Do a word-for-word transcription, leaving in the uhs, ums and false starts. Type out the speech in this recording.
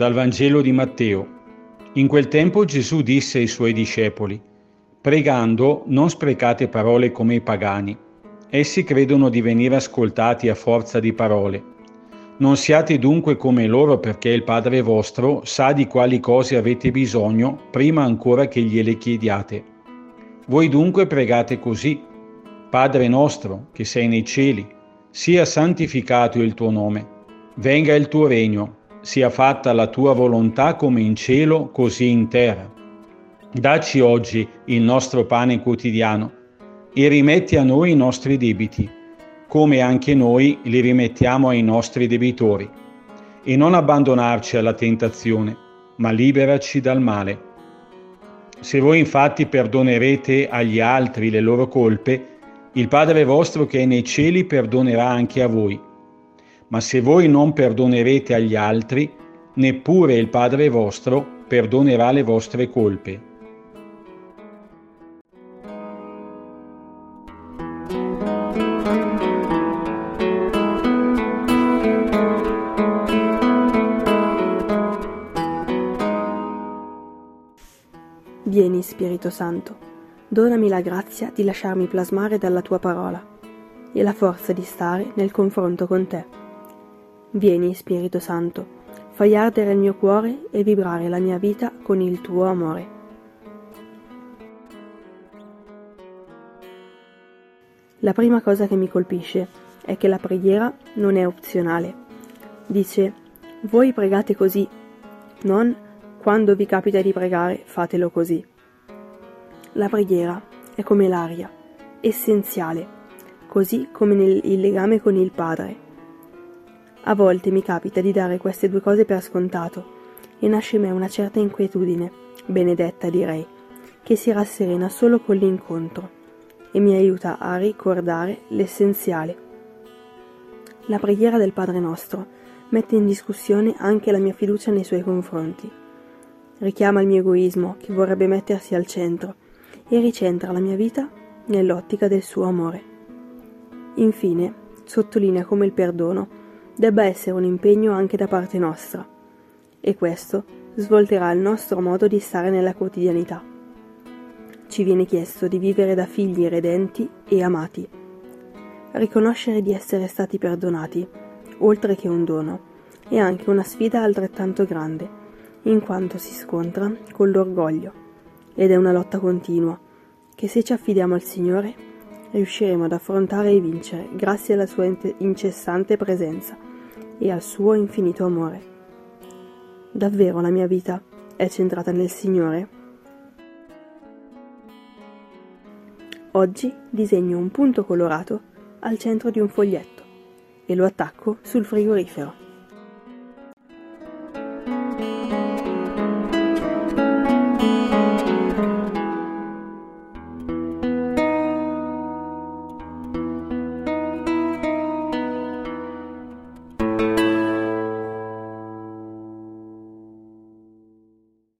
Dal Vangelo di Matteo. In quel tempo Gesù disse ai suoi discepoli: «Pregando, non sprecate parole come i pagani. Essi credono di venire ascoltati a forza di parole. Non siate dunque come loro, perché il Padre vostro sa di quali cose avete bisogno prima ancora che gliele chiediate. Voi dunque pregate così: Padre nostro, che sei nei cieli, sia santificato il tuo nome. Venga il tuo regno. Sia fatta la tua volontà come in cielo, così in terra. Dacci oggi il nostro pane quotidiano e rimetti a noi i nostri debiti, come anche noi li rimettiamo ai nostri debitori. E non abbandonarci alla tentazione, ma liberaci dal male. Se voi infatti perdonerete agli altri le loro colpe, il Padre vostro che è nei cieli perdonerà anche a voi. Ma se voi non perdonerete agli altri, neppure il Padre vostro perdonerà le vostre colpe». Vieni, Spirito Santo, donami la grazia di lasciarmi plasmare dalla tua parola e la forza di stare nel confronto con te. Vieni, Spirito Santo, fai ardere il mio cuore e vibrare la mia vita con il tuo amore. La prima cosa che mi colpisce è che la preghiera non è opzionale. Dice: voi pregate così, non quando vi capita di pregare fatelo così. La preghiera è come l'aria, essenziale, così come nel, il legame con il Padre. A volte mi capita di dare queste due cose per scontato e nasce in me una certa inquietudine, benedetta direi, che si rasserena solo con l'incontro e mi aiuta a ricordare l'essenziale. La preghiera del Padre nostro mette in discussione anche la mia fiducia nei suoi confronti. Richiama il mio egoismo che vorrebbe mettersi al centro e ricentra la mia vita nell'ottica del suo amore. Infine, sottolinea come il perdono debba essere un impegno anche da parte nostra, e questo svolterà il nostro modo di stare nella quotidianità. Ci viene chiesto di vivere da figli redenti e amati. Riconoscere di essere stati perdonati, oltre che un dono, è anche una sfida altrettanto grande, in quanto si scontra con l'orgoglio, ed è una lotta continua, che se ci affidiamo al Signore riusciremo ad affrontare e vincere grazie alla sua incessante presenza e al suo infinito amore. Davvero la mia vita è centrata nel Signore? Oggi disegno un punto colorato al centro di un foglietto e lo attacco sul frigorifero.